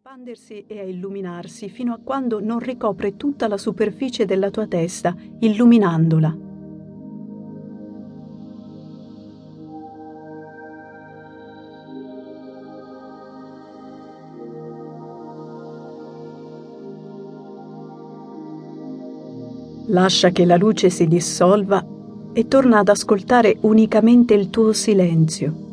espandersi e a illuminarsi fino a quando non ricopre tutta la superficie della tua testa, illuminandola. Lascia che la luce si dissolva e torna ad ascoltare unicamente il tuo silenzio.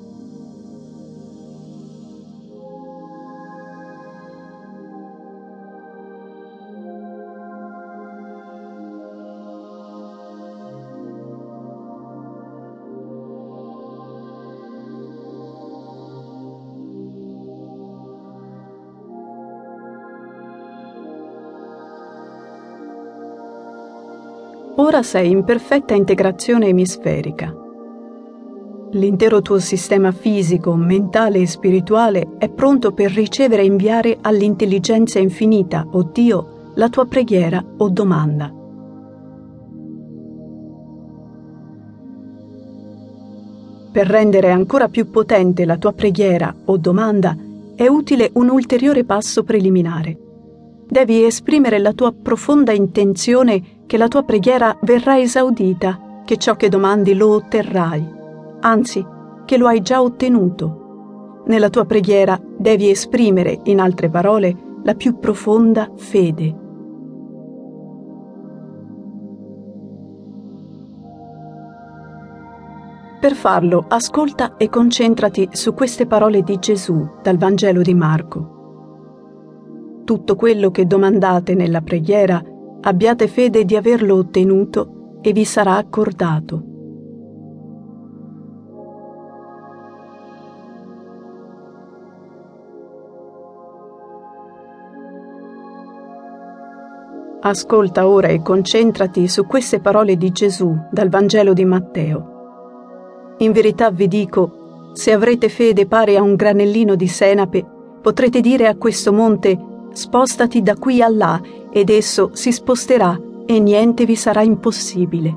Ora sei in perfetta integrazione emisferica. L'intero tuo sistema fisico, mentale e spirituale è pronto per ricevere e inviare all'intelligenza infinita, o Dio, la tua preghiera o domanda. Per rendere ancora più potente la tua preghiera o domanda è utile un ulteriore passo preliminare. Devi esprimere la tua profonda intenzione che la tua preghiera verrà esaudita, che ciò che domandi lo otterrai, anzi, che lo hai già ottenuto. Nella tua preghiera devi esprimere, in altre parole, la più profonda fede. Per farlo, ascolta e concentrati su queste parole di Gesù dal Vangelo di Marco. Tutto quello che domandate nella preghiera, abbiate fede di averlo ottenuto e vi sarà accordato. Ascolta ora e concentrati su queste parole di Gesù dal Vangelo di Matteo. In verità vi dico, se avrete fede pari a un granellino di senape, potrete dire a questo monte: spostati da qui a là, ed esso si sposterà e niente vi sarà impossibile.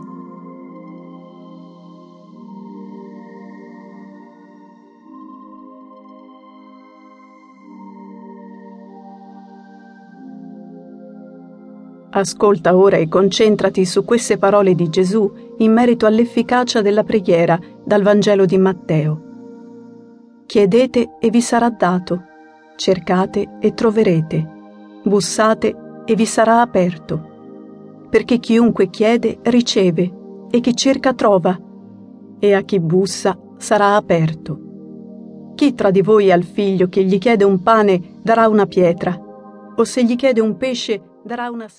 Ascolta ora e concentrati su queste parole di Gesù in merito all'efficacia della preghiera dal Vangelo di Matteo. Chiedete e vi sarà dato, cercate e troverete, bussate e vi sarà aperto, perché chiunque chiede riceve, e chi cerca trova, e a chi bussa sarà aperto. Chi tra di voi al figlio che gli chiede un pane darà una pietra, o se gli chiede un pesce darà una